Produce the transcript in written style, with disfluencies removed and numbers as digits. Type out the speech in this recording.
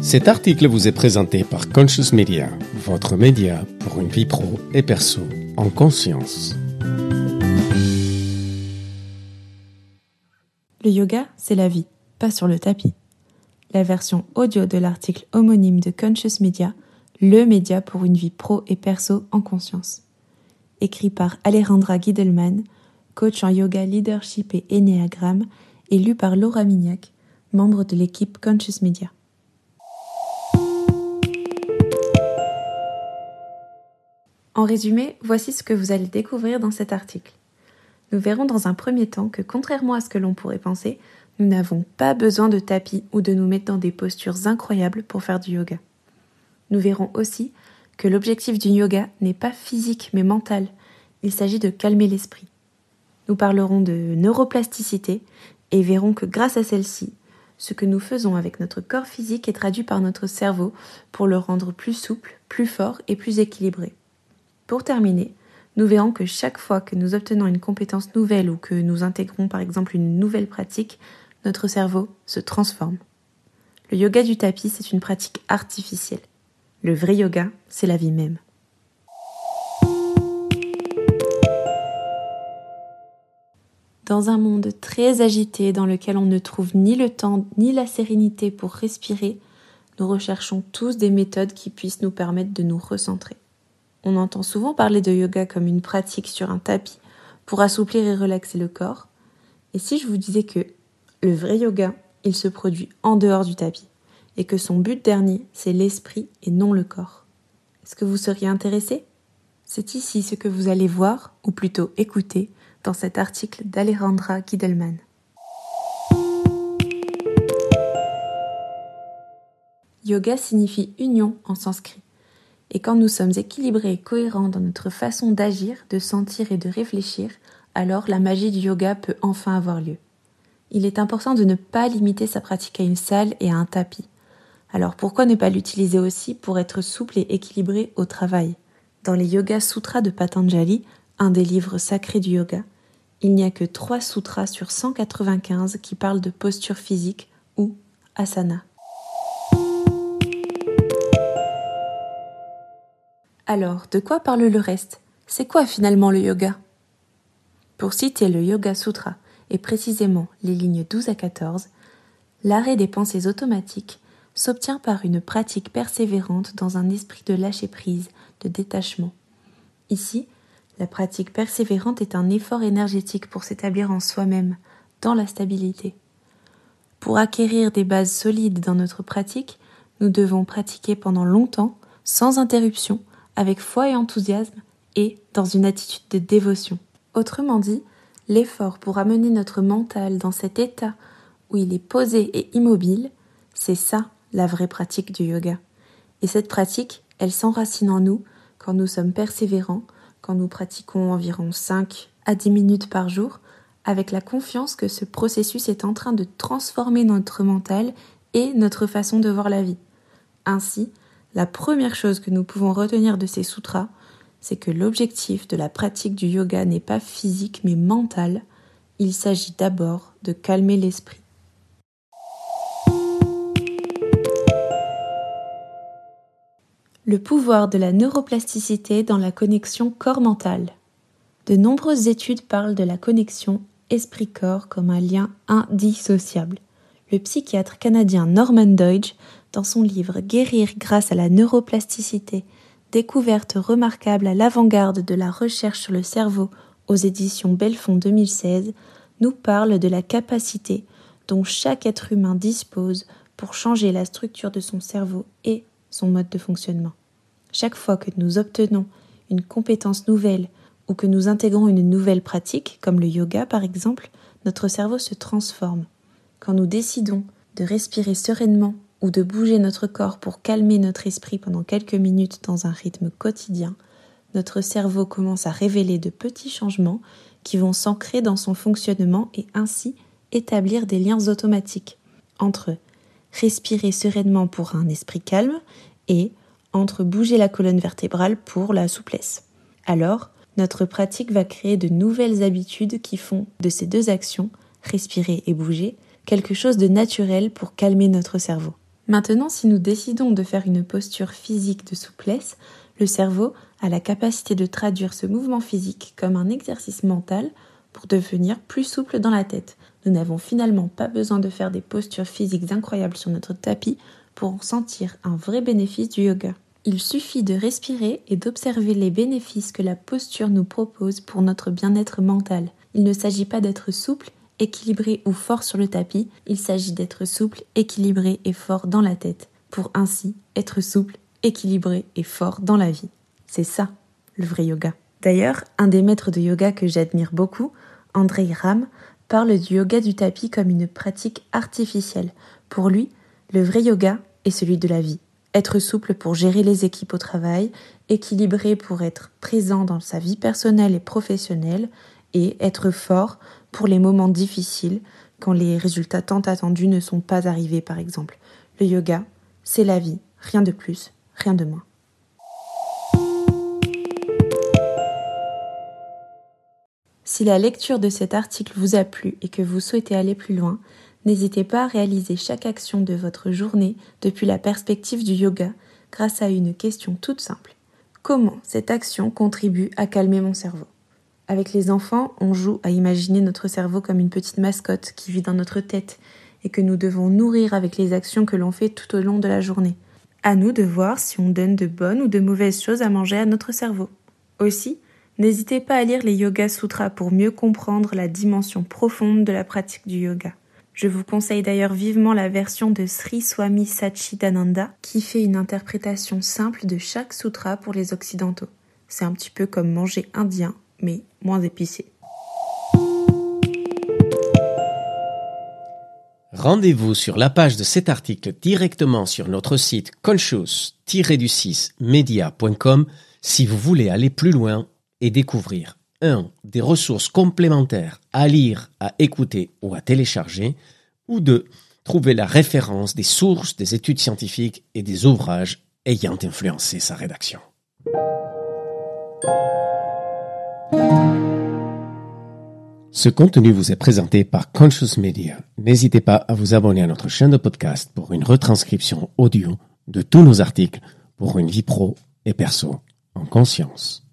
Cet article vous est présenté par Conscious Media, votre média pour une vie pro et perso en conscience. Le yoga, c'est la vie, pas sur le tapis. La version audio de l'article homonyme de Conscious Media, le média pour une vie pro et perso en conscience. Écrit par Alejandra Guidelman, coach en yoga, leadership et énéagramme, et lu par Laura Mignac, membre de l'équipe Conscious Media. En résumé, voici ce que vous allez découvrir dans cet article. Nous verrons dans un premier temps que, contrairement à ce que l'on pourrait penser, nous n'avons pas besoin de tapis ou de nous mettre dans des postures incroyables pour faire du yoga. Nous verrons aussi que l'objectif du yoga n'est pas physique mais mental. Il s'agit de calmer l'esprit. Nous parlerons de neuroplasticité et verrons que grâce à celle-ci, ce que nous faisons avec notre corps physique est traduit par notre cerveau pour le rendre plus souple, plus fort et plus équilibré. Pour terminer, nous verrons que chaque fois que nous obtenons une compétence nouvelle ou que nous intégrons par exemple une nouvelle pratique, notre cerveau se transforme. Le yoga du tapis, c'est une pratique artificielle. Le vrai yoga, c'est la vie même. Dans un monde très agité dans lequel on ne trouve ni le temps ni la sérénité pour respirer, nous recherchons tous des méthodes qui puissent nous permettre de nous recentrer. On entend souvent parler de yoga comme une pratique sur un tapis pour assouplir et relaxer le corps. Et si je vous disais que le vrai yoga, il se produit en dehors du tapis et que son but dernier, c'est l'esprit et non le corps. Est-ce que vous seriez intéressé ? C'est ici ce que vous allez voir, ou plutôt écouter, dans cet article d'Alejandra Guidelman. Yoga signifie union en sanskrit. Et quand nous sommes équilibrés et cohérents dans notre façon d'agir, de sentir et de réfléchir, alors la magie du yoga peut enfin avoir lieu. Il est important de ne pas limiter sa pratique à une salle et à un tapis. Alors pourquoi ne pas l'utiliser aussi pour être souple et équilibré au travail ? Dans les Yoga Sutras de Patanjali, un des livres sacrés du yoga, il n'y a que 3 sutras sur 195 qui parlent de posture physique ou asana. Alors, de quoi parle le reste ? C'est quoi finalement le yoga ? Pour citer le Yoga Sutra, et précisément les lignes 12 à 14, l'arrêt des pensées automatiques s'obtient par une pratique persévérante dans un esprit de lâcher-prise, de détachement. Ici, la pratique persévérante est un effort énergétique pour s'établir en soi-même, dans la stabilité. Pour acquérir des bases solides dans notre pratique, nous devons pratiquer pendant longtemps, sans interruption, avec foi et enthousiasme, et dans une attitude de dévotion. Autrement dit, l'effort pour amener notre mental dans cet état où il est posé et immobile, c'est ça la vraie pratique du yoga. Et cette pratique, elle s'enracine en nous quand nous sommes persévérants, quand nous pratiquons environ 5 à 10 minutes par jour, avec la confiance que ce processus est en train de transformer notre mental et notre façon de voir la vie. Ainsi, la première chose que nous pouvons retenir de ces sutras, c'est que l'objectif de la pratique du yoga n'est pas physique mais mental. Il s'agit d'abord de calmer l'esprit. Le pouvoir de la neuroplasticité dans la connexion corps-mental. De nombreuses études parlent de la connexion esprit-corps comme un lien indissociable. Le psychiatre canadien Norman Doidge, dans son livre « Guérir grâce à la neuroplasticité, découverte remarquable à l'avant-garde de la recherche sur le cerveau aux éditions Belfond 2016, nous parle de la capacité dont chaque être humain dispose pour changer la structure de son cerveau et son mode de fonctionnement. Chaque fois que nous obtenons une compétence nouvelle ou que nous intégrons une nouvelle pratique, comme le yoga par exemple, notre cerveau se transforme. Quand nous décidons de respirer sereinement ou de bouger notre corps pour calmer notre esprit pendant quelques minutes dans un rythme quotidien, notre cerveau commence à révéler de petits changements qui vont s'ancrer dans son fonctionnement et ainsi établir des liens automatiques entre respirer sereinement pour un esprit calme et entre bouger la colonne vertébrale pour la souplesse. Alors, notre pratique va créer de nouvelles habitudes qui font de ces 2 actions, respirer et bouger, quelque chose de naturel pour calmer notre cerveau. Maintenant, si nous décidons de faire une posture physique de souplesse, le cerveau a la capacité de traduire ce mouvement physique comme un exercice mental pour devenir plus souple dans la tête. Nous n'avons finalement pas besoin de faire des postures physiques incroyables sur notre tapis pour sentir un vrai bénéfice du yoga. Il suffit de respirer et d'observer les bénéfices que la posture nous propose pour notre bien-être mental. Il ne s'agit pas d'être souple, équilibré ou fort sur le tapis, il s'agit d'être souple, équilibré et fort dans la tête, pour ainsi être souple, équilibré et fort dans la vie. C'est ça, le vrai yoga. D'ailleurs, un des maîtres de yoga que j'admire beaucoup, Andrei Ram, parle du yoga du tapis comme une pratique artificielle. Pour lui, le vrai yoga est celui de la vie. Être souple pour gérer les équipes au travail, équilibré pour être présent dans sa vie personnelle et professionnelle, et être fort pour les moments difficiles, quand les résultats tant attendus ne sont pas arrivés par exemple. Le yoga, c'est la vie, rien de plus, rien de moins. Si la lecture de cet article vous a plu et que vous souhaitez aller plus loin, n'hésitez pas à réaliser chaque action de votre journée depuis la perspective du yoga grâce à une question toute simple. Comment cette action contribue à calmer mon cerveau ? Avec les enfants, on joue à imaginer notre cerveau comme une petite mascotte qui vit dans notre tête et que nous devons nourrir avec les actions que l'on fait tout au long de la journée. À nous de voir si on donne de bonnes ou de mauvaises choses à manger à notre cerveau. Aussi, n'hésitez pas à lire les Yoga Sutras pour mieux comprendre la dimension profonde de la pratique du yoga. Je vous conseille d'ailleurs vivement la version de Sri Swami Satchidananda qui fait une interprétation simple de chaque sutra pour les occidentaux. C'est un petit peu comme manger indien, mais moins épicé. Rendez-vous sur la page de cet article directement sur notre site conscious-media.com si vous voulez aller plus loin et découvrir 1. Des ressources complémentaires à lire, à écouter ou à télécharger, ou 2. Trouver la référence des sources, des études scientifiques et des ouvrages ayant influencé sa rédaction. Ce contenu vous est présenté par Conscious Media. N'hésitez pas à vous abonner à notre chaîne de podcast pour une retranscription audio de tous nos articles pour une vie pro et perso en conscience.